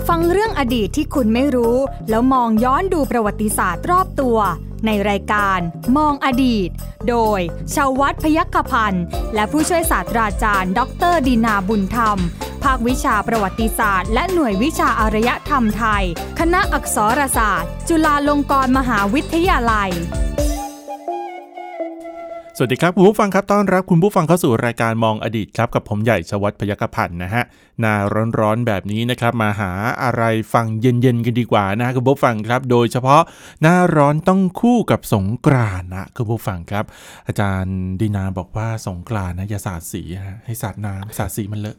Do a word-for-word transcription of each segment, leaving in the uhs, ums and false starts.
ฟังเรื่องอดีตที่คุณไม่รู้แล้วมองย้อนดูประวัติศาสตร์รอบตัวในรายการมองอดีตโดยชาววัฒน์พยัคฆพันธ์และผู้ช่วยศาสตราจารย์ดรดินาบุญธรรมภาควิชาประวัติศาสตร์และหน่วยวิชาอารยธรรมไทยคณะอักษรศาสตร์จุฬาลงกรณ์มหาวิทยาลัยสวัสดีครับคุณผู้ฟังครับต้อนรับคุณผู้ฟังเข้าสู่รายการมองอดีตครับกับผมใหญ่ชวัฒน์พยัคฆพันธ์นะฮะหน้าร้อนๆแบบนี้นะครับมาหาอะไรฟังเย็นๆกันดีกว่านะคุณผู้ฟังครับโดยเฉพาะหน้าร้อนต้องคู่กับสงกรานต์นะคุณผู้ฟังครับอาจารย์ดินาบอกว่าสงกรานต์นะอย่าสาดสีนะให้สาดน้ำสาดสีมันเลอะ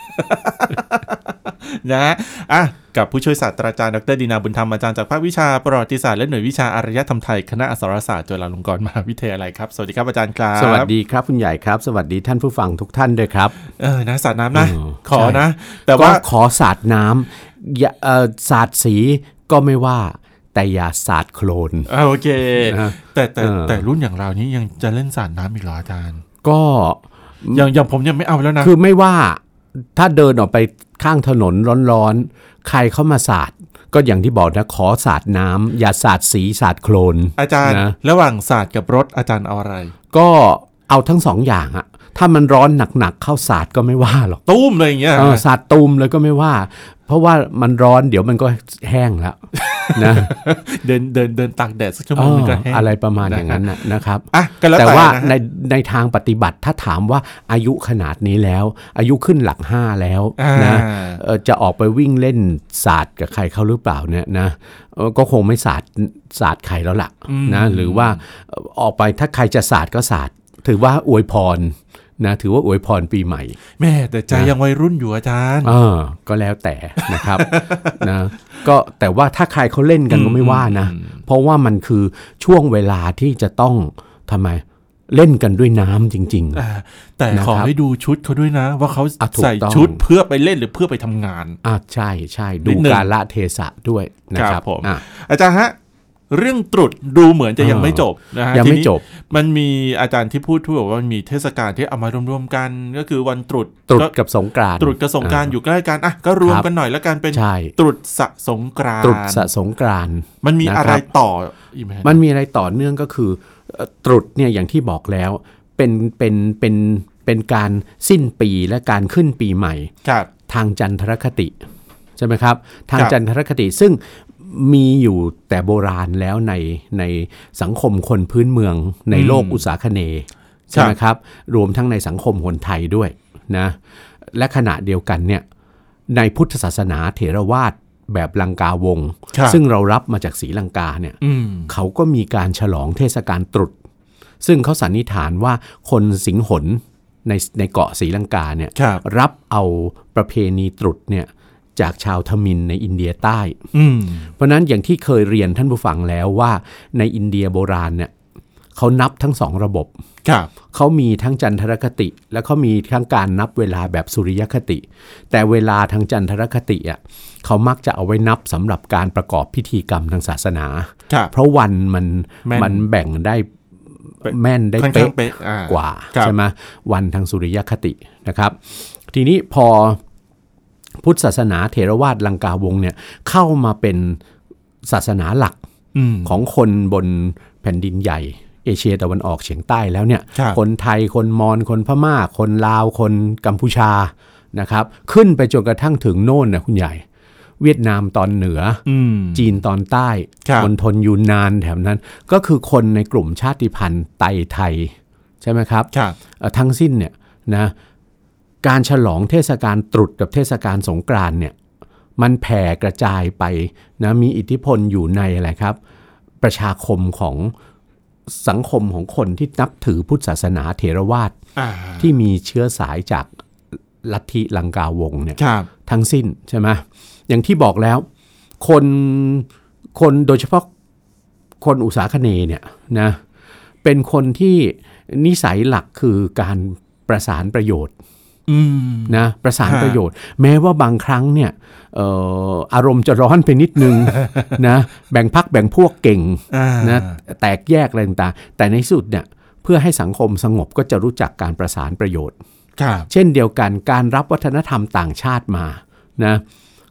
นะฮะอ่ะกับผู้ช่วยศาสตราจารย์ดรดินาบุญธรรมอาจารย์จากภาควิชาประวัติศาสตร์และหน่วยวิชาอารยธรรมไทยคณะอักษรศาสตร์จุฬาลงกรณ์มหาวิทยาลัยครับสวัสดีครับอาจารย์ครับสวัสดีครับคุณใหญ่ครับสวัสดีท่านผู้ฟังทุกท่านด้วยครับเออนะสาดน้ำนะขอนะแต่ว่าขอสาดน้ำอย่าเออสาดสีก็ไม่ว่าแต่อย่าสาดโคลนโอเคแต่แต่แต่รุ่นอย่างเรานี้ยังจะเล่นสาดน้ำอีกเหรออาจารย์ก็อย่างอย่างผมยังไม่เอาแล้วนะคือไม่ว่าถ้าเดินออกไปข้างถนนร้อนๆใครเข้ามาสาดก็อย่างที่บอกนะขอสาดน้ำอย่าสาดสีสาดโคลนอาจารย์ระหว่างสาดกับรถอาจารย์เอาอะไรก็เอาทั้งสองอย่างอะถ้ามันร้อนหนักๆเข้าสาดก็ไม่ว่าหรอกตุ้มเลยอย่างเงี้ยสาดตุ้มเลยก็ไม่ว่าเพราะว่ามันร้อนเดี๋ยวมันก็แห้งแล้วนะเดินเดินเดินตากแดดสักชั่วโมงนึงก็แห้งอะไรประมาณอย่างนั้นนะครับแต่ว่าในในทางปฏิบัติถ้าถามว่าอายุขนาดนี้แล้วอายุขึ้นหลักห้าแล้วนะจะออกไปวิ่งเล่นสาดกับใครเขาหรือเปล่าเนี่ยนะก็คงไม่สาดสาดใครแล้วล่ะนะหรือว่าออกไปถ้าใครจะสาดก็สาดถือว่าอวยพรนะถือว่าอวยพรปีใหม่แม่แต่ใจยังวัยรุ่นอยู่อาจารย์เออก็แล้วแต่นะครับ นะก็แต่ว่าถ้าใครเขาเล่นกันก็ไม่ว่านะเพราะว่ามันคือช่วงเวลาที่จะต้องทำไมเล่นกันด้วยน้ำจริงๆแต่ขอให้ดูชุดเขาด้วยนะว่าเขาใส่ชุดเพื่อไปเล่นหรือเพื่อไปทำงานอ่ะใช่ใช่ดูกาลเทศะด้วยนะครับผมอาจารย์ฮะเรื่องตรุษดูเหมือนจะยังไม่จบนะฮะยังไม่จบมันมีอาจารย์ที่พูดทั่วว่ามันมีเทศกาลที่เอามารวมๆกันก็คือวันตรุษตรุษกับสงกรานต์ตรุษกับสงกรานต์อยู่ใกล้กันอ่ะก็รวมกันหน่อยแล้วกันเป็นตรุษสะสงกรานต์ตรุษสะสงกรานต์มันมีอะไรต่ออีกไหมมันมีอะไรต่อเนื่องก็คือตรุษเนี่ยอย่างที่บอกแล้วเป็นเป็นเป็นเป็นการสิ้นปีและการขึ้นปีใหม่ทางจันทรคติใช่ไหมครับทางจันทรคติซึ่งมีอยู่แต่โบราณแล้วในในสังคมคนพื้นเมืองในโลกอุษาคเนย์ใช่ไหมครับรวมทั้งในสังคมคนไทยด้วยนะและขณะเดียวกันเนี่ยในพุทธศาสนาเถรวาทแบบลังกาวงศ์ซึ่งเรารับมาจากศรีลังกาเนี่ยเขาก็มีการฉลองเทศกาลตรุษซึ่งเขาสันนิษฐานว่าคนสิงหนในในเกาะศรีลังกาเนี่ยรรับเอาประเพณีตรุษเนี่ยจากชาวทมิฬในอินเดียใต้เพราะนั้นอย่างที่เคยเรียนท่านผู้ฟังแล้วว่าในอินเดียโบราณเนี่ยเขานับทั้งสองระบบเขามีทั้งจันทรคติและเขามีทั้งการนับเวลาแบบสุริยคติแต่เวลาทางจันทรคติอ่ะเขามักจะเอาไว้นับสำหรับการประกอบพิธีกรรมทางศาสนาเพราะวันมันมันแบ่งได้แม่นได้เป๊ะกว่าใช่ไหมวันทางสุริยคตินะครับทีนี้พอพุทธศาสนาเถรวาทลังกาวงศ์เนี่ยเข้ามาเป็นศาสนาหลักของคนบนแผ่นดินใหญ่เอเชียตะวันออกเฉียงใต้แล้วเนี่ยคนไทยคนมอญคนพม่าคนลาวคนกัมพูชานะครับขึ้นไปจนกระทั่งถึงโน่นนะคุณใหญ่เวียดนามตอนเหนือจีนตอนใต้มณฑลยูนนานแถบนั้นก็คือคนในกลุ่มชาติพันธุ์ไตไทยใช่ไหมครับทั้งสิ้นเนี่ยนะการฉลองเทศกาลตรุษกับเทศกาลสงกรานต์เนี่ยมันแผ่กระจายไปนะมีอิทธิพลอยู่ในอะไรครับประชาคมของสังคมของคนที่นับถือพุทธศาสนาเถรวาทที่มีเชื้อสายจากลัทธิลังกาวงศ์เนี่ยทั้งสิ้นใช่ไหมอย่างที่บอกแล้วคนคนโดยเฉพาะคนอุษาคเนย์เนี่ยนะเป็นคนที่นิสัยหลักคือการประสานประโยชน์นะประสานประโยชน์แม้ว่าบางครั้งเนี่ย เอ่อ อารมณ์จะร้อนไปนิดนึง นะแบ่งพรรคแบ่งพวกเก่งนะแตกแยกอะไรต่างๆแต่ในสุดเนี่ยเพื่อให้สังคมสงบก็จะรู้จักการประสานประโยชน์เช่นเดียวกันการรับวัฒนธรรมต่างชาติมานะ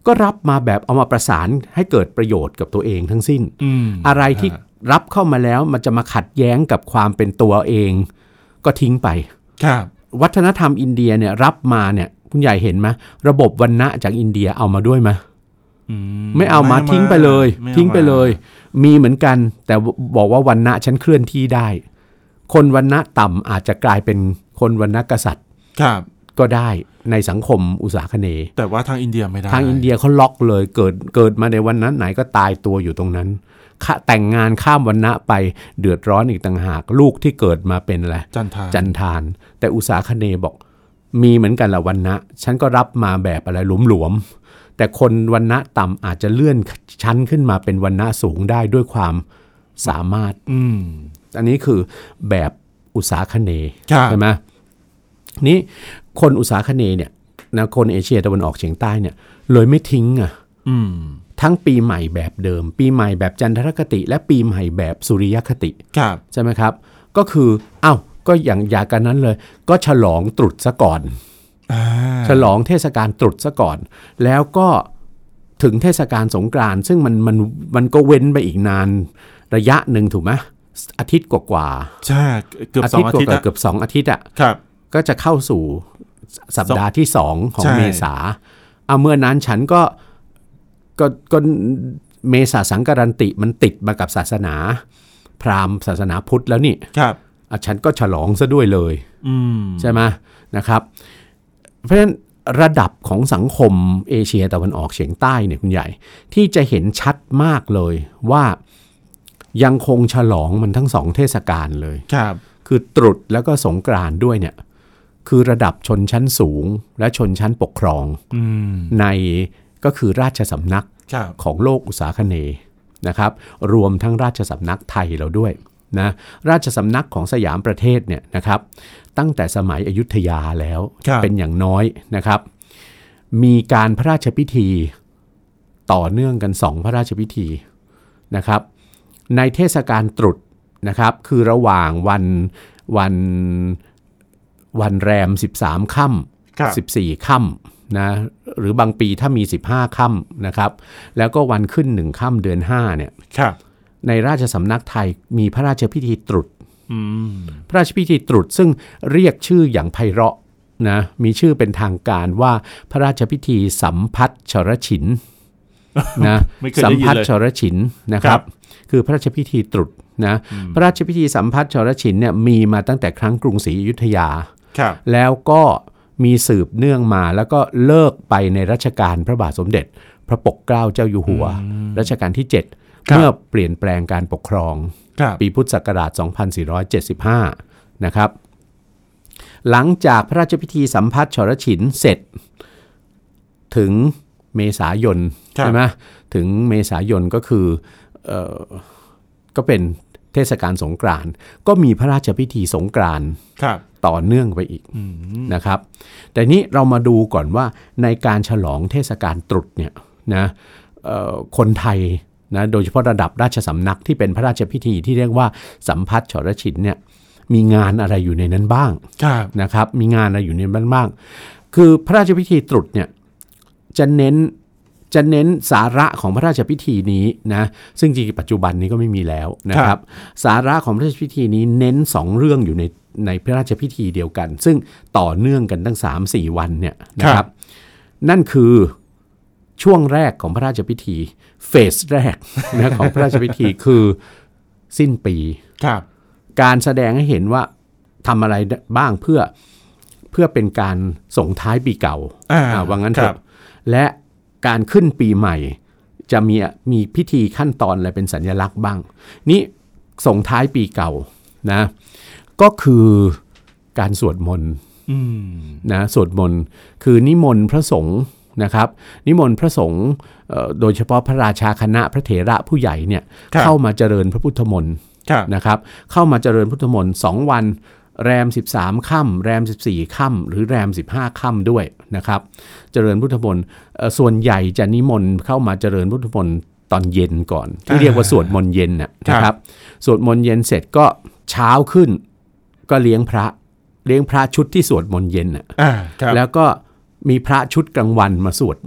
ก็รับมาแบบเอามาประสานให้เกิดประโยชน์กับตัวเองทั้งสิ้นออะไรที่รับเข้ามาแล้วมันจะมาขัดแย้งกับความเป็นตัวเองก็ทิ้งไปครับวัฒนธรรมอินเดียเนี่ยรับมาเนี่ยคุณใหญ่เห็นไหมระบบวรรณะจากอินเดียเอามาด้วยไหมไม่เอามาทิ้งไปเลยทิ้งไปเลยมีเหมือนกันแต่บอกว่าวรรณะฉันเคลื่อนที่ได้คนวรรณะต่ำอาจจะกลายเป็นคนวรรณะกษัตริย์ก็ได้ในสังคมอุษาคเนย์แต่ว่าทางอินเดียไม่ได้ทางอินเดียเขาล็อกเลยเกิดเกิดมาในวันนั้นไหนก็ตายตัวอยู่ตรงนั้นแต่งงานข้ามวรรณะไปเดือดร้อนอีกต่างหากลูกที่เกิดมาเป็นอะไรจันทานจันทานแต่อุษาคเนย์บอกมีเหมือนกันละวรรณะฉันก็รับมาแบบอะไรหลวมๆแต่คนวรรณะต่ำอาจจะเลื่อนชั้นขึ้นมาเป็นวรรณะสูงได้ด้วยความสามารถอืมอันนี้คือแบบอุษาคเนย์ใช่ไหมนี่คนอุษาคเนย์เนี่ยนะคนเอเชียตะวันออกเฉียงใต้เนี่ยเลยไม่ทิ้งอ่ะทั้งปีใหม่แบบเดิมปีใหม่แบบจันทรคติและปีใหม่แบบสุริยคติใช่ไหมครับก็คืออ้าวก็อย่างอยากกันนั้นเลยก็ฉลองตรุษซะก่อนฉลองเทศกาลตรุษซะก่อนแล้วก็ถึงเทศกาลสงกรานต์ซึ่งมันมันมันก็เว้นไปอีกนานระยะหนึ่งถูกไหมอาทิตย์กว่าๆใช่เกือบสองอาทิตย์เกือบสองอาทิตย์อ่ะก็จะเข้าสู่สัปดาห์ที่สองของเมษาเอาเมื่อนั้นฉันก็ก็ก็เมษาสังกรันติมันติดมากับศาสนาพราหมณ์ศาสนาพุทธแล้วนี่ครับฉันก็ฉลองซะด้วยเลยใช่ไหมนะครับเพราะฉะนั้นระดับของสังคมเอเชียตะวันออกเฉียงใต้เนี่ยคุณใหญ่ที่จะเห็นชัดมากเลยว่ายังคงฉลองมันทั้งสองเทศกาลเลยครับคือตรุษแล้วก็สงกรานต์ด้วยเนี่ยคือระดับชนชั้นสูงและชนชั้นปกครองในก็คือราชสำนักของโลกอุษาคเนย์นะครับรวมทั้งราชสำนักไทยเราด้วยนะราชสำนักของสยามประเทศเนี่ยนะครับตั้งแต่สมัยอยุธยาแล้วเป็นอย่างน้อยนะครับมีการพระราชพิธีต่อเนื่องกันสองพระราชพิธีนะครับในเทศกาลตรุษนะครับคือระหว่างวันวันวันแรมสิบสามค่ำสิบสี่ค่ำนะหรือบางปีถ้ามีสิบห้าค่ำนะครับแล้วก็วันขึ้นหนึ่งค่ำเดือนห้าเนี่ยในราชสำนักไทยมีพระราชพิธีตรุษพระราชพิธีตรุษซึ่งเรียกชื่ออย่างไพเราะนะมีชื่อเป็นทางการว่าพระราชพิธีสัมพัทธชรฉินนะสัมพัทธชรฉินนะครับคือพระราชพิธีตรุษนะพระราชพิธีสัมพัทธชรฉินเนี่ยมีมาตั้งแต่ครั้งกรุงศรีอยุธยาแล้วก็มีสืบเนื่องมาแล้วก็เลิกไปในรัชกาลพระบาทสมเด็จพระปกเกล้าเจ้าอยู่หัวรัชกาลที่เจ็ดเมื่อเปลี่ยนแปลงการปกครองปีพุทธศักราชสองพันสี่ร้อยเจ็ดสิบห้านะครับหลังจากพระราชพิธีสัมพัทธชรฉินเสร็จถึงเมษายนใช่ไหมถึงเมษายนก็คือเอ่อก็เป็นเทศกาลสงกรานต์ก็มีพระราชพิธีสงกรานต์ต่อเนื่องไปอีกนะครับแต่นี้เรามาดูก่อนว่าในการฉลองเทศกาลตรุษเนี่ยนะคนไทยนะโดยเฉพาะระดับราชสำนักที่เป็นพระราชพิธีที่เรียกว่าสัมพัทธชรฉินเนี่ยมีงานอะไรอยู่ในนั้นบ้างนะครับมีงานอะไรอยู่ในนั้นบ้างคือพระราชพิธีตรุษเนี่ยจะเน้นจะเน้นสาระของพระราชพิธีนี้นะซึ่งจริงๆปัจจุบันนี้ก็ไม่มีแล้วนะครับสาระของพระราชพิธีนี้เน้นสองเรื่องอยู่ในในพระราชพิธีเดียวกันซึ่งต่อเนื่องกันตั้ง สามถึงสี่ วันเนี่ยนะครับนั่นคือช่วงแรกของพระราชพิธีเฟสแรกนะของพระราชพิธีคือสิ้นปีการแสดงให้เห็นว่าทำอะไรบ้างเพื่อเพื่อเป็นการส่งท้ายปีเก่าว่างั้นเถอะและการขึ้นปีใหม่จะมีมีพิธีขั้นตอนอะไรเป็นสัญลักษณ์บ้างนี่ส่งท้ายปีเก่านะก็คือการสวดมนต์นะสวดมนต์คือนิมนต์พระสงฆ์นะครับนิมนต์พระสงฆ์โดยเฉพาะพระราชาคณะพระเถระผู้ใหญ่เนี่ยเข้ามาเจริญพระพุทธมนต์นะครับเข้ามาเจริญพุทธมนต์สองวันแรมสิบสามค่ำแรมสิบสี่ค่ำหรือแรมสิบห้าค่ำด้วยนะครับเจริญพุทธมนต์ส่วนใหญ่จะนิมนต์เข้ามาเจริญพุทธมนต์ตอนเย็นก่อนที่เรียกว่าสวดมนต์เย็นนะครับสวดมนต์เย็นเสร็จก็เช้าขึ้นก็เลี้ยงพระเลี้ยงพระชุดที่สวดมนต์เย็นแล้วก็มีพระชุดกลางวันมาสวด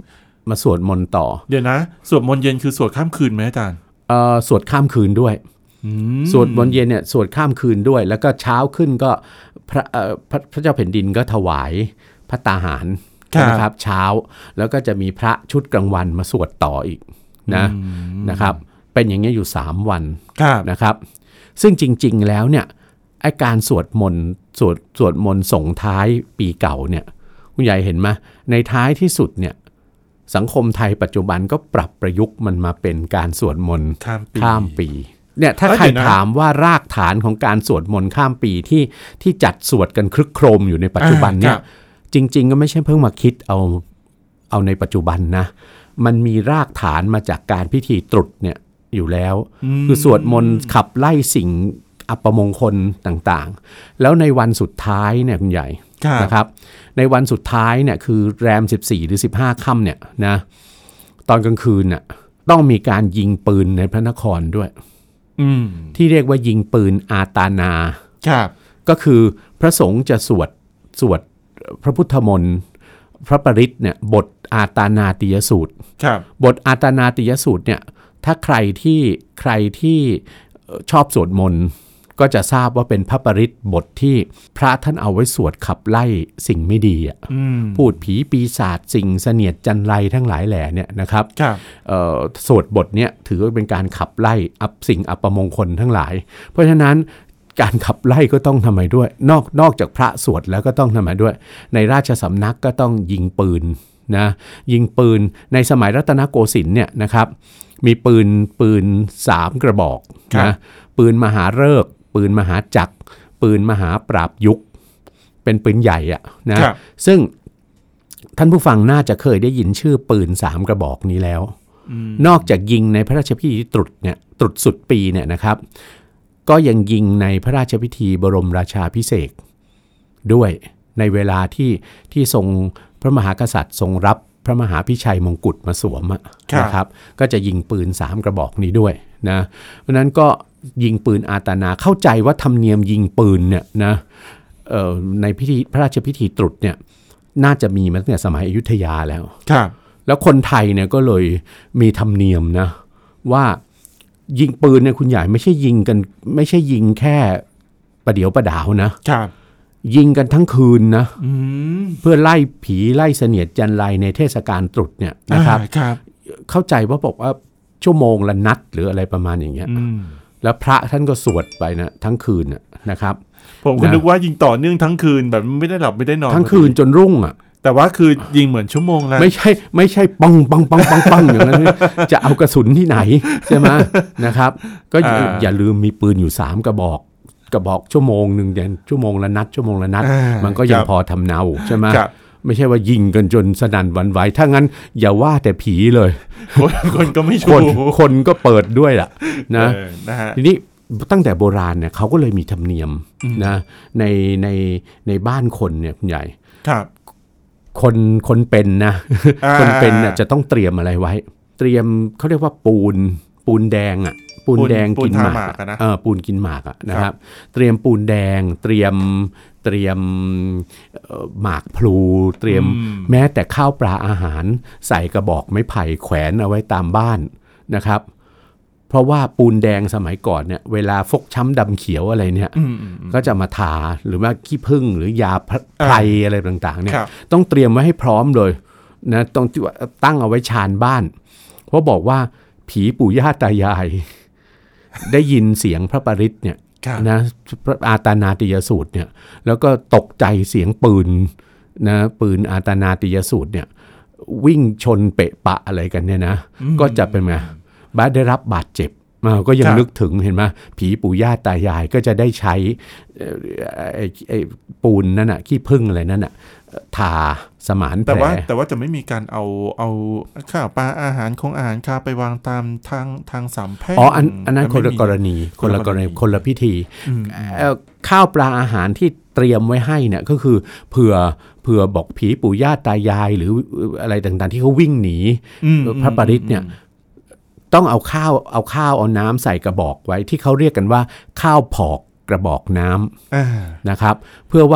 มาสวดมนต์ต่อเดี๋ยวนะสวดมนต์เย็นคือสวดข้ามคืนไหมอาจารย์เอ่อสวดข้ามคืนด้วยสวดมนต์เย็นเนี่ยสวดข้ามคืนด้วยแล้วก็เช้าขึ้นก็พระเอ่อพระพระเจ้าแผ่นดินก็ถวายพระตาหารนะครับเช้าแล้วก็จะมีพระชุดกลางวันมาสวดต่ออีกนะนะครับเป็นอย่างนี้อยู่สามวันนะครับซึ่งจริงๆแล้วเนี่ยไอ้การสวดมนต์สวดสวดมนต์ส่งท้ายปีเก่าเนี่ยคุณใหญ่เห็นไหมในท้ายที่สุดเนี่ยสังคมไทยปัจจุบันก็ปรับประยุกต์มันมาเป็นการสวดมนต์ข้ามปีเนี่ยถ้าใครถามว่ารากฐานของการสวดมนต์ข้ามปีที่ที่จัดสวดกันครึกโครมอยู่ในปัจจุบันเนี่ยจริงๆก็ไม่ใช่เพิ่งมาคิดเอาเอาในปัจจุบันนะมันมีรากฐานมาจากการพิธีตรุษเนี่ยอยู่แล้วคือสวดมนต์ขับไล่สิ่งอัปมงคลต่างๆแล้วในวันสุดท้ายเนี่ยคุณใหญ่นะครับในวันสุดท้ายเนี่ยคือแรมสิบสี่หรือสิบห้าค่ำเนี่ยนะตอนกลางคืนน่ะต้องมีการยิงปืนในพระนครด้วยที่เรียกว่ายิงปืนอาตานาก็คือพระสงฆ์จะสวดสวดพระพุทธมนต์พระปริตเนี่ยบทอาตานาติยสูตรบทอาตานาติยสูตรเนี่ยถ้าใครที่ใครที่ชอบสวดมนต์ก็จะทราบว่าเป็นพระปริตบทที่พระท่านเอาไว้สวดขับไล่สิ่งไม่ดีอ่ะพูดผีปีศาจสิ่งเสนียดจันไรทั้งหลายแหล่เนี่ยนะครับสวดบทเนี้ยถือว่าเป็นการขับไล่อับสิ่งอัปมงคลทั้งหลายเพราะฉะนั้นการขับไล่ก็ต้องทำไมด้วยนอกนอกจากพระสวดแล้วก็ต้องทำไมด้วยในราชสำนักก็ต้องยิงปืนนะยิงปืนในสมัยรัตนโกสินทร์เนี่ยนะครับมีปืนปืนสามกระบอกนะปืนมหาฤกษ์ปืนมหาจักรปืนมหาปราบยุคเป็นปืนใหญ่อะนะซึ่งท่านผู้ฟังน่าจะเคยได้ยินชื่อปืนสามกระบอกนี้แล้วนอกจากยิงในพระราชพิธีตรุษเนี่ยตรุษสุดปีเนี่ยนะครับก็ยังยิงในพระราชพิธีบรมราชาภิเษกด้วยในเวลาที่ที่ทรงพระมหากษัตริย์ทรงรับพระมหาพิชัยมงกุฎมาสวมนะครับก็จะยิงปืนสามกระบอกนี้ด้วยนะเพราะนั้นก็ยิงปืนอาตานาเข้าใจว่าธรรมเนียมยิงปืนเนี่ยนะในพิธีพระราชพิธีตรุษเนี่ยน่าจะมีมาตั้งแต่สมัยอยุธยาแล้วแล้วคนไทยเนี่ยก็เลยมีธรรมเนียมนะว่ายิงปืนเนี่ยคุณใหญ่ไม่ใช่ยิงกันไม่ใช่ยิงแค่ประเดี๋ยวประดาวนะยิงกันทั้งคืนนะเพื่อไล่ผีไล่เสนียดจันไรในเทศกาลตรุษเนี่ยนะครับเข้าใจว่าบอกว่าชั่วโมงละนัดหรืออะไรประมาณอย่างเงี้ยแล้วพระท่านก็สวดไปนะทั้งคืนนะครับผมก็นึกว่ายิงต่อเนื่องทั้งคืนแบบไม่ได้หลับไม่ได้นอนทั้งคืนจนรุ่งอ่ะแต่ว่าคือยิงเหมือนชั่วโมงละไม่ใช่ไม่ใช่ปังปังปังปังปังอย่างนั้นจะเอากระสุนที่ไหนใช่ไหมนะครับก็อย่าลืมมีปืนอยู่สามกระบอกกระบอกชั่วโมงหนึ่งเดือนชั่วโมงละนัดชั่วโมงละนัดมันก็ยังพอทำเนาใช่ไหมไม่ใช่ว่ายิงกันจนสนั่นหวั่นไหวถ้างั้นอย่าว่าแต่ผีเลยคนคนก็ไม่ชูคนคนก็เปิดด้วยล่ะนะทีนี้ตั้งแต่โบราณเนี่ยเขาก็เลยมีธรรมเนียมนะในในในบ้านคนเนี่ยคุณใหญ่คนคนเป็นนะคนเป็นเนี่ยจะต้องเตรียมอะไรไว้เตรียมเขาเรียกว่าปูนปูนแดงอ่ะปูนแดงกินหมากเออปูนกินหมากอ่ะนะครับเตรียมปูนแดงเตรียมเตรียมหมากพลูเตรียมแม้แต่ข้าวปลาอาหารใส่กระบอกไม้ไผ่แขวนเอาไว้ตามบ้านนะครับเพราะว่าปูนแดงสมัยก่อนเนี่ยเวลาฟกช้ำดำเขียวอะไรเนี่ยก็จะมาทาหรือว่าขี้ผึ้งหรือยาไพรอะไรต่างๆเนี่ยต้องเตรียมไว้ให้พร้อมเลยนะต้องตั้งเอาไว้ชานบ้านเพราะบอกว่าผีปู่ย่าตายายได้ยินเสียงพระปริตเนี่ยนะพระอาตานาติยสูตรเนี่ยแล้วก็ตกใจเสียงปืนนะปืนอาตานาติยสูตรเนี่ยวิ่งชนเปะปะอะไรกันเนี่ยนะก็จะเป็นไงบ้าได้รับบาดเจ็บก็ยังนึกถึงเห็นไหมผีปู่ย่าตายายก็จะได้ใช้ไอ้ไอ้ปูนนั่นน่ะขี้ผึ้งอะไรนั่นน่ะทาสมานแผลแต่ว่าแต่ว่าจะไม่มีการเอาเอาข้าวปลาอาหารของอาหารคาไปวางตามทางทางสามแพร่งอ๋ออันอันนั้นคนละกรณีคนละกรณีคนละพิธีข้าวปลาอาหารที่เตรียมไว้ให้เนี่ยก็คือเผื่อเผื่อบอกผีปู่ย่าตายายหรืออะไรต่างๆที่เขาวิ่งหนีพระปริตเนี่ยต้องเอาข้าวเอาข้าวเอาน้ำใส่กระบอกไว้ที่เขาเรียกกันว่าข้าวผอกกระบอกน้ำนะครับเพื่อว่า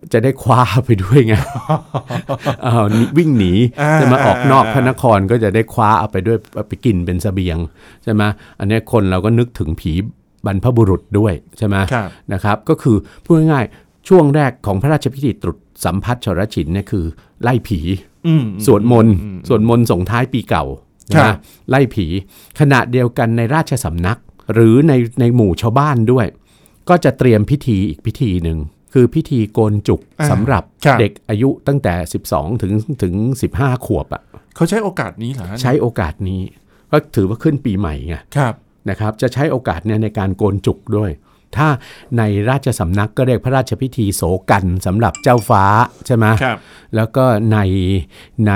จะได้คว้าไปด้วยไง เอาวิ่งหนีจะมาออกนอกพระนครก็จะได้คว้าเอาไปด้วยไปกินเป็นเสบียงใช่ไหมอันนี้คนเราก็นึกถึงผีบรรพบุรุษด้วยใช่ไหมนะครับก็คือพูดง่ายๆช่วงแรกของพระราชพิธีตรุษสัมภัทชรฉินเนี่ยคือไล่ผีสวดมนต์สวดมนต์ส่งท้ายปีเก่านะไล่ผีขณะเดียวกันในราชสำนักหรือในในหมู่ชาวบ้านด้วยก็จะเตรียมพิธีอีกพิธีหนึ่งคือพิธีโกนจุกสำหรับเด็กอายุตั้งแต่สิบสองถึงถึงสิบห้าขวบอ่ะเขาใช้โอกาสนี้เหรอใช้โอกาสนี้ก็ถือว่าขึ้นปีใหม่ไงนะครับจะใช้โอกาสเนี่ยในการโกนจุกด้วยถ้าในราชสำนักก็เรียกพระราชพิธีโสกันสำหรับเจ้าฟ้าใช่ไหมแล้วก็ในใน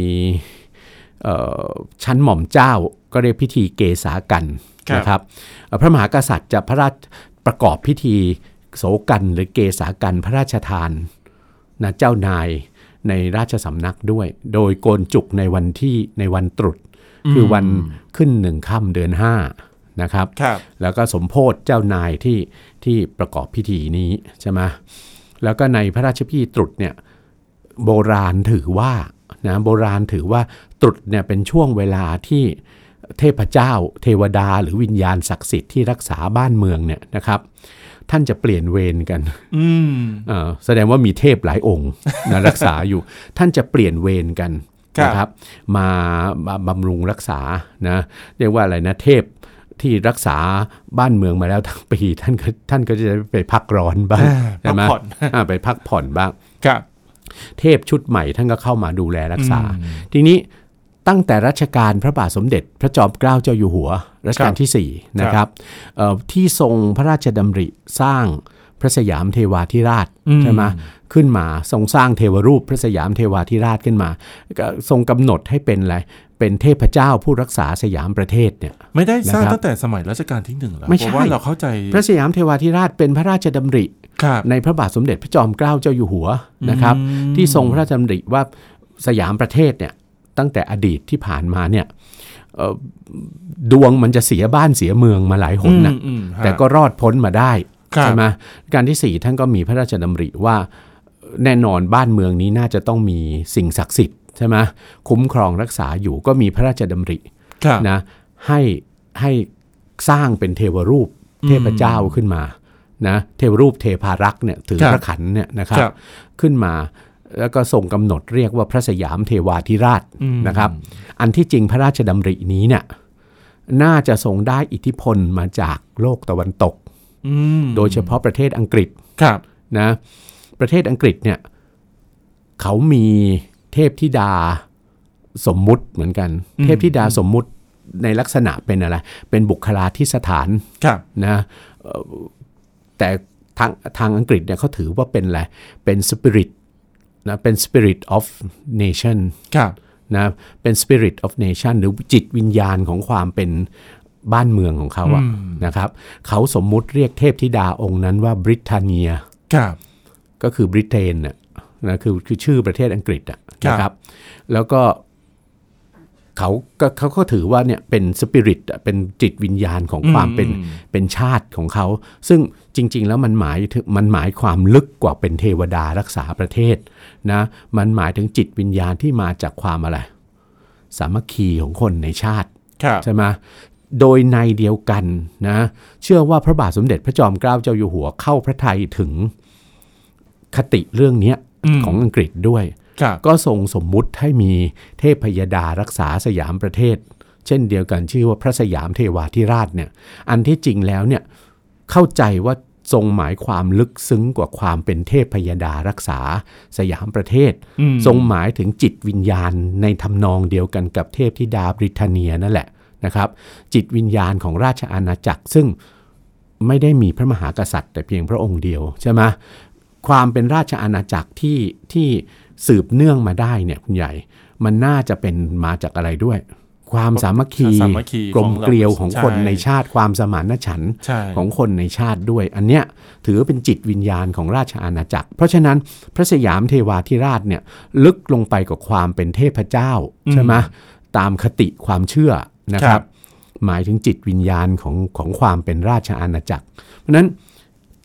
ชั้นหม่อมเจ้าก็เรียกพิธีเกษากันนะครับพระมหากษัตริย์จะพระราชประกอบพิธีโสกันหรือเกษากันพระราชทานนะเจ้านายในราชสำนักด้วยโดยโกนจุกในวันที่ในวันตรุษคือวันขึ้นหนึ่งค่ำเดือนห้านะครับแล้วก็สมโภชเจ้านายที่ที่ประกอบพิธีนี้ใช่ไหมแล้วก็ในพระราชพิธีตรุษเนี่ยโบราณถือว่านะโบราณถือว่าตรุษเนี่ยเป็นช่วงเวลาที่เทพเจ้าเทวดาหรือวิญญาณศักดิ์สิทธิ์ที่รักษาบ้านเมืองเนี่ยนะครับท่านจะเปลี่ยนเวรกันแสดงว่ามีเทพหลายองค์นะรักษาอยู่ท่านจะเปลี่ยนเวรกันนะครับมาบำรุงรักษานะเรียกว่าอะไรนะเทพที่รักษาบ้านเมืองมาแล้วทั้งปีท่านก็ท่านก็จะไปพักร้อนบ้างใช่ไหมไปพักผ่อนบ้างเทพชุดใหม่ท่านก็เข้ามาดูแลรักษาทีนี้ตั้งแต่รัชกาลพระบาทสมเด็จพระจอมเกล้าเจ้าอยู่หัวรัชกาลที่สี่นะครับที่ทรงพระราชดำริสร้างพระสยามเทวาธิราชใช่ไหมขึ้นมาทรงสร้างเทวรูปพระสยามเทวาธิราชขึ้นมาทรงกำหนดให้เป็นอะไรเป็นเทพเจ้าผู้รักษาสยามประเทศเนี่ยไม่ได้สร้างตั้งแต่สมัยรัชกาลที่หนึ่งแล้วเพราะว่าเราเข้าใจพระสยามเทวาธิราชเป็นพระราชดำริในพระบาทสมเด็จพระจอมเกล้าเจ้าอยู่หัวนะครับที่ทรงพระราชดำริว่าสยามประเทศเนี่ยตั้งแต่อดีตที่ผ่านมาเนี่ยดวงมันจะเสียบ้านเสียเมืองมาหลายหนนะแต่ก็รอดพ้นมาได้ใช่ไหมการที่สี่ท่านก็มีพระราชดำริว่าแน่นอนบ้านเมืองนี้น่าจะต้องมีสิ่งศักดิ์สิทธิ์ใช่ไหมคุ้มครองรักษาอยู่ก็มีพระราชดำรินะให้ให้สร้างเป็นเทวรูปเทพเจ้าขึ้นมานะเทวรูปเทพารักษ์เนี่ยถือพระขันเนี่ยนะครับขึ้นมาแล้วก็ทรงกำหนดเรียกว่าพระสยามเทวาธิราชนะครับอันที่จริงพระราชดำรินี้เนี่ยน่าจะทรงได้อิทธิพลมาจากโลกตะวันตกโดยเฉพาะประเทศอังกฤษนะประเทศอังกฤษเนี่ยเขามีเทพธิดาสมมุติเหมือนกันเทพธิดาสมมุติในลักษณะเป็นอะไรเป็นบุคลาธิสถานนะแต่ทางทางอังกฤษเนี่ยเขาถือว่าเป็นอะไรเป็นสปิริตนะเป็น spirit of nation นะเป็น spirit of nation หรือจิตวิญญาณของความเป็นบ้านเมืองของเขาอะนะครับเขาสมมุติเรียกเทพธิดาองค์นั้นว่าบริทาเนียก็คือบริเตนน่ะนะคือคือชื่อประเทศอังกฤษอะนะครับแล้วก็เขาก็เขาก็ถือว่าเนี่ยเป็นสปิริตเป็นจิตวิญญาณของความเป็นเป็นชาติของเขาซึ่งจริงๆแล้วมันหมายถึงมันหมายความลึกกว่าเป็นเทวดารักษาประเทศนะมันหมายถึงจิตวิญญาณที่มาจากความอะไรสามัคคีของคนในชาติใช่ไหมโดยในเดียวกันนะเชื่อว่าพระบาทสมเด็จพระจอมเกล้าเจ้าอยู่หัวเข้าพระทัยถึงคติเรื่องนี้ของอังกฤษด้วยก็ทรงสมมุติให้มีเทพยดารักษาสยามประเทศเช่นเดียวกันชื่อว่าพระสยามเทวาธิราชเนี่ยอันที่จริงแล้วเนี่ยเข้าใจว่าทรงหมายความลึกซึ้งกว่าความเป็นเทพยดารักษาสยามประเทศทรงหมายถึงจิตวิญญาณในทำนองเดียวกันกับเทพธิดาบริทาเนียนั่นแหละนะครับจิตวิญญาณของราชอาณาจักรซึ่งไม่ได้มีพระมหากษัตริย์แต่เพียงพระองค์เดียวใช่ไหมความเป็นราชอาณาจักรที่ที่สืบเนื่องมาได้เนี่ยคุณใหญ่มันน่าจะเป็นมาจากอะไรด้วยความสามัคคีกลมเกลียวของคนในชาติความสมานฉันท์ของคนในชาติด้วยอันเนี้ยถือเป็นจิตวิญญาณของราชอาณาจักรเพราะฉะนั้นพระสยามเทวาธิราชเนี่ยลึกลงไปกับความเป็นเทพเจ้าใช่ไหมตามคติความเชื่อนะครับหมายถึงจิตวิญญาณของของความเป็นราชอาณาจักรเพราะนั้น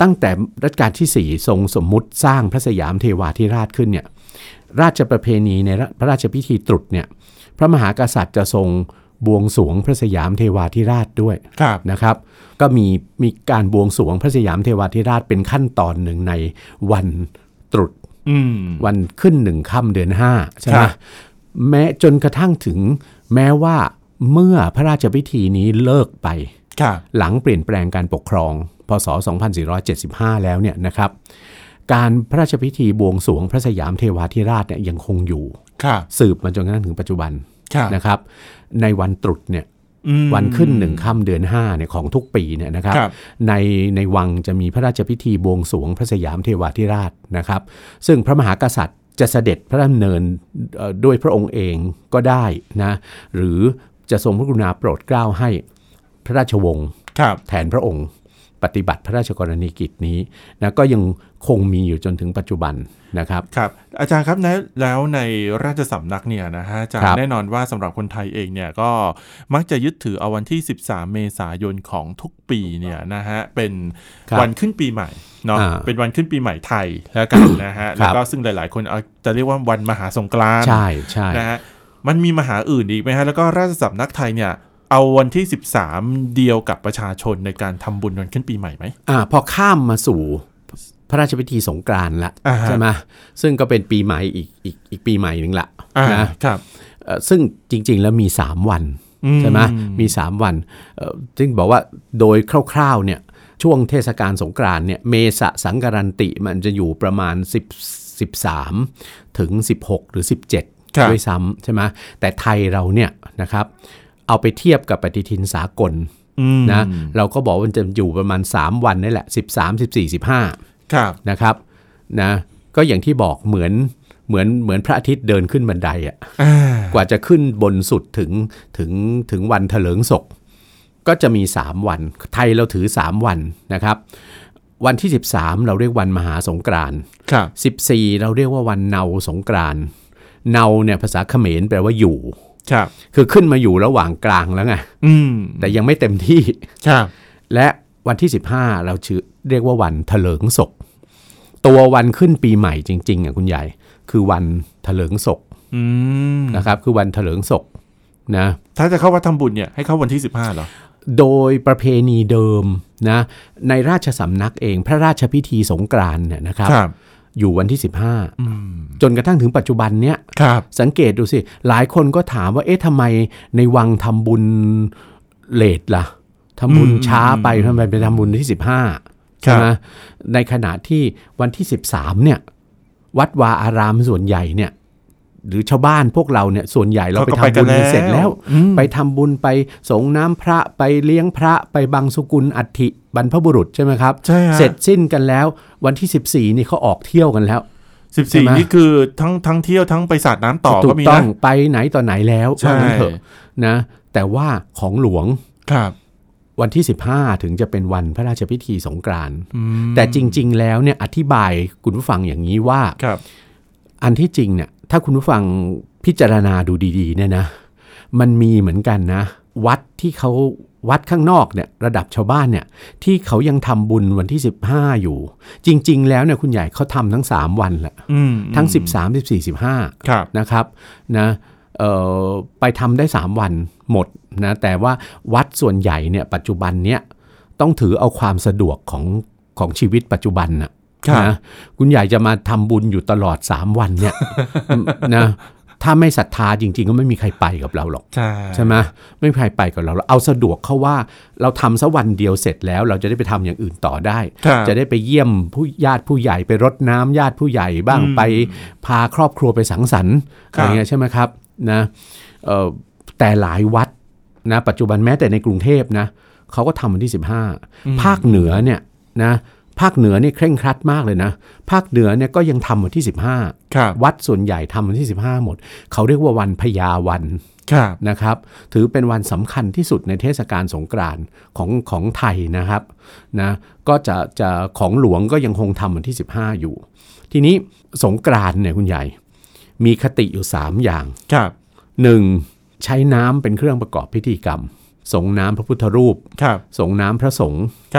ตั้งแต่รัชกาลที่สี่ทรงสมมุติสร้างพระสยามเทวาธิราชขึ้นเนี่ยราชประเพณีในพระราชพิธีตรุษเนี่ยพระมหากษัตริย์จะทรงบวงสรวงพระสยามเทวาธิราชด้วยนะครับก็มีมีการบวงสรวงพระสยามเทวาธิราชเป็นขั้นตอนหนึ่งในวันตรุษวันขึ้นหนึ่งค่ำเดือนห้าใช่ไหมแม้จนกระทั่งถึงแม้ว่าเมื่อพระราชพิธีนี้เลิกไปหลังเปลี่ยนแปลงการปกครองพ.ศ. สองพันสี่ร้อยเจ็ดสิบห้าแล้วเนี่ยนะครับการพระราชพิธีบวงสรวงพระสยามเทวาธิราชเนี่ยยังคงอยู่สืบมาจนกระทั่งถึงปัจจุบันนะครับในวันตรุษเนี่ยวันขึ้นหนึ่งค่ำเดือนห้าเนี่ยของทุกปีเนี่ยนะครับในในวังจะมีพระราชพิธีบวงสรวงพระสยามเทวาธิราชนะครับซึ่งพระมหากษัตริย์จะเสด็จพระดำเนินด้วยพระองค์เองก็ได้นะหรือจะทรงพระกรุณาโปรดเกล้าให้พระราชวงศ์แทนพระองค์ปฏิบัติพระราชกรณียกิจนี้นะก็ยังคงมีอยู่จนถึงปัจจุบันนะครับครับอาจารย์ครับแล้วในราชสำนักเนี่ยนะฮะอาจารย์แน่นอนว่าสำหรับคนไทยเองเนี่ยก็มักจะยึดถือเอาวันที่สิบสามเมษายนของทุกปีเนี่ยนะฮะเป็นวันขึ้นปีใหม่เนาะเป็นวันขึ้นปีใหม่ไทยแล้วกันนะฮะแล้วก็ซึ่งหลายๆคนจะเรียกว่าวันมหาสงกรานต์ใช่ใช่นะฮะมันมีมหาอื่นอีกไหมฮะแล้วก็ราชสำนักไทยเนี่ยเอาวันที่สิบสามเดียวกับประชาชนในการทำบุญวันขึ้นปีใหม่ไหมอ่าพอข้ามมาสู่พระราชพิธีสงกรานต์ละใช่ไหมซึ่งก็เป็นปีใหม่อีกอีกอีกปีใหม่นึงละนะครับซึ่งจริงๆแล้วมีสามวันใช่ไหมมีสามวันซึ่งบอกว่าโดยคร่าวๆเนี่ยช่วงเทศกาลสงกรานต์เนี่ยเมษสังกรันติมันจะอยู่ประมาณสิบ สิบสามถึงสิบหกหรือสิบเจ็ดด้วยซ้ำใช่ไหมแต่ไทยเราเนี่ยนะครับเอาไปเทียบกับปฏิทินสากลนะเราก็บอกว่ามันจะอยู่ประมาณสามวันนี่แหละสิบสาม สิบสี่ สิบห้านะครับนะก็อย่างที่บอกเหมือนเหมือนเหมือนพระอาทิตย์เดินขึ้นบันไดอ่ะกว่าจะขึ้นบนสุดถึงถึงถึงวันเถลิงศกก็จะมีสามวันไทยเราถือสามวันนะครับวันที่สิบสามเราเรียกวันมหาสงกรานต์สิบสี่เราเรียกว่าวันเนาสงกรานต์เนาเนี่ยภาษาเขมรแปลว่าอยู่คือขึ้นมาอยู่ระหว่างกลางแล้วไงแต่ยังไม่เต็มที่และวันที่สิบห้าเราชื่อเรียกว่าวันเถลิงศกตัววันขึ้นปีใหม่จริงๆอ่ะคุณใหญ่คือวันเถลิงศกนะครับคือวันเถลิงศกนะถ้าจะเข้าวัดทำบุญเนี่ยให้เข้าวันที่สิบห้าเหรอโดยประเพณีเดิมนะในราชสำนักเองพระราชพิธีสงกรานต์เนี่ยนะครับอยู่วันที่สิบห้าจนกระทั่งถึงปัจจุบันเนี้ยสังเกตดูสิหลายคนก็ถามว่าเอ๊ะทำไมในวังทำบุญเลทล่ะทำบุญช้าไปทำไมไปทำบุญที่สิบห้าใช่ไหมในขณะที่วันที่สิบสามเนี่ยวัดวาอารามส่วนใหญ่เนี่ยหรือชาวบ้านพวกเราเนี่ยส่วนใหญ่เราไปทำบุญเสร็จแล้วไปทำบุญไปสงน้ำพระไปเลี้ยงพระไปบังสุกุลอัฐิบรรพบุรุษใช่ไหมครับเสร็จสิ้นกันแล้ววันที่สิบสี่นี่เขาออกเที่ยวกันแล้วสิบสี่นี่คือทั้งทั้งเที่ยวทั้งไปสาดน้ำต่อก็มีนะถูกต้องไปไหนต่อไหนแล้วว่างั้นเถอะนะแต่ว่าของหลวงครับวันที่สิบห้าถึงจะเป็นวันพระราชพิธีสงกรานต์แต่จริงๆแล้วเนี่ยอธิบายคุณผู้ฟังอย่างนี้ว่าอันที่จริงเนี่ยถ้าคุณผู้ฟังพิจารณาดูดีๆเนี่ยนะมันมีเหมือนกันนะวัดที่เขาวัดข้างนอกเนี่ยระดับชาวบ้านเนี่ยที่เขายังทำบุญวันที่สิบห้าอยู่จริงๆแล้วเนี่ยคุณใหญ่เขาทำทั้งสามวันแหละทั้งสิบสาม สิบสี่ สิบห้านะครับนะเอ่อไปทำได้สามวันหมดนะแต่ว่าวัดส่วนใหญ่เนี่ยปัจจุบันเนี้ยต้องถือเอาความสะดวกของของชีวิตปัจจุบันน่ะนะคุณใหญ่จะมาทำบุญอยู่ตลอดสามวันเนี่ย นะถ้าไม่ศรัทธาจริงๆก็ไม่มีใครไปกับเราหรอกใช่ใช่ไหมไม่มีใครไปกับเราเอาสะดวกเข้าว่าเราทำสักวันเดียวเสร็จแล้วเราจะได้ไปทำอย่างอื่นต่อได้จะได้ไปเยี่ยมผู้ญาติผู้ใหญ่ไปรดน้ำญาติผู้ใหญ่บ้างไปพาครอบครัวไปสังสรรค์อะไรเงี้ยใช่ไหมครับนะแต่หลายวัดนะปัจจุบันแม้แต่ในกรุงเทพนะเขาก็ทำวันที่สิบห้าภาคเหนือเนี่ยนะภาคเหนือนี่เคร่งครัดมากเลยนะภาคเหนือเนี่ยก็ยังทำวันที่สิบห้าวัดส่วนใหญ่ทำวันที่สิบห้าหมดเขาเรียกว่าวันพญาวันนะครับถือเป็นวันสำคัญที่สุดในเทศกาลสงกรานต์ของของไทยนะครับนะก็จะจะของหลวงก็ยังคงทำวันที่สิบห้าอยู่ทีนี้สงกรานต์เนี่ยคุณใหญ่มีคติอยู่สามอย่างหนึ่งใช้น้ำเป็นเครื่องประกอบพิธีกรรมสงน้ำพระพุทธรูปสงน้ำพระสงฆ์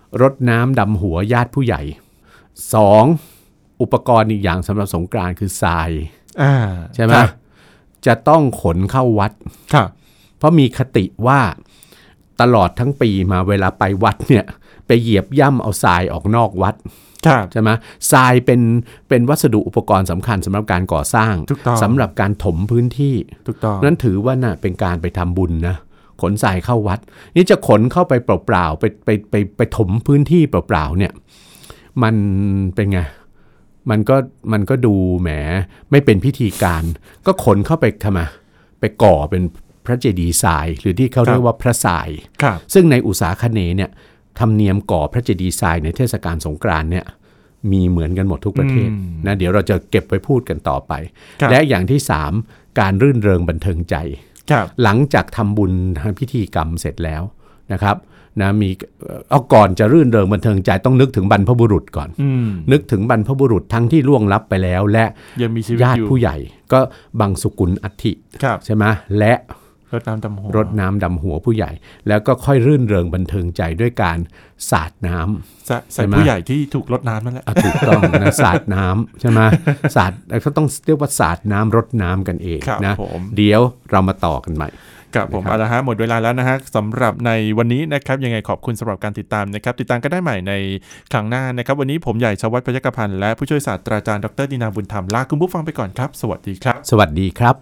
รดน้ำดำหัวญาติผู้ใหญ่สองอุปกรณ์อีกอย่างสำหรับสงกรานต์คือทรายใช่ไหมจะต้องขนเข้าวัดเพราะมีคติว่าตลอดทั้งปีมาเวลาไปวัดเนี่ยไปเหยียบย่ำเอาทรายออกนอกวัดใช่ไหมทรายเป็นเป็นวัสดุอุปกรณ์สำคัญสำหรับการก่อสร้างสำหรับการถมพื้นที่นั้นถือว่าน่ะเป็นการไปทำบุญนะขนทรายเข้าวัดนี่จะขนเข้าไปเปล่าๆไปไปไปไปถมพื้นที่เปล่าๆเนี่ยมันเป็นไงมันก็มันก็ดูแหมไม่เป็นพิธีการก็ขนเข้าไปทำไมไปก่อเป็นพระเจดีย์ทรายหรือที่เขาเรียกว่าพระทรายซึ่งในอุษาคเนย์เนี่ยธรรมเนียมก่อพระเจดีย์ทรายในเทศกาลสงกรานต์เนี่ยมีเหมือนกันหมดทุกประเทศนะเดี๋ยวเราจะเก็บไว้พูดกันต่อไปและอย่างที่สามการรื่นเริงบันเทิงใจหลังจากทำบุญทำพิธีกรรมเสร็จแล้วนะครับนะมีเอาก่อนจะรื่นเริงบันเทิงใจต้องนึกถึงบรรพบุรุษก่อนนึกถึงบรรพบุรุษทั้งที่ล่วงลับไปแล้วและญาติผู้ใหญ่ก็บังสุกุลอัฐิใช่ไหมและรดน้ำดำหัวรดน้ำดำหัวผู้ใหญ่แล้วก็ค่อยรื่นเริงบันเทิงใจด้วยการสาดน้ำใส่ผู้ใหญ่ที่ถูกรดน้ำนั่นแหละถูกต้องนะสาดน้ำใช่ไหมสาดเขาต้องเรียกว่าสาดน้ำรดน้ำกันเองนะเดี๋ยวเรามาต่อกันใหม่ครับผมเอาละฮะหมดเวลาแล้วนะฮะสำหรับในวันนี้นะครับยังไงขอบคุณสำหรับการติดตามนะครับติดตามกันได้ใหม่ในครั้งหน้านะครับวันนี้ผมใหญ่ชวัฒน์พยัคฆพันธ์และผู้ช่วยศาสตราจารย์ดรดินาบุญธรรมลาคุณผู้ฟังไปก่อนครับสวัสดีครับสวัสดีครับ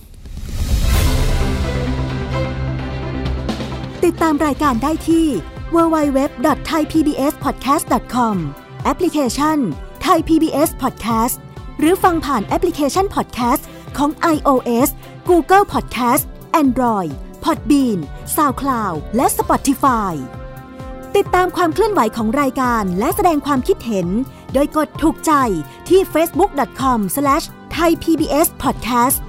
ติดตามรายการได้ที่ ดับเบิลยู ดับเบิลยู ดับเบิลยู ดอท ไทย พี บี เอส พอดแคสต์ ดอท คอม แอปพลิเคชัน Thai พี บี เอส Podcast หรือฟังผ่านแอปพลิเคชัน Podcast ของ iOS Google Podcast Android Podbean SoundCloud และ Spotify ติดตามความเคลื่อนไหวของรายการและแสดงความคิดเห็นโดยกดถูกใจที่ เฟซบุ๊ก ดอท คอม สแลช ไทย พี บี เอส พอดแคสต์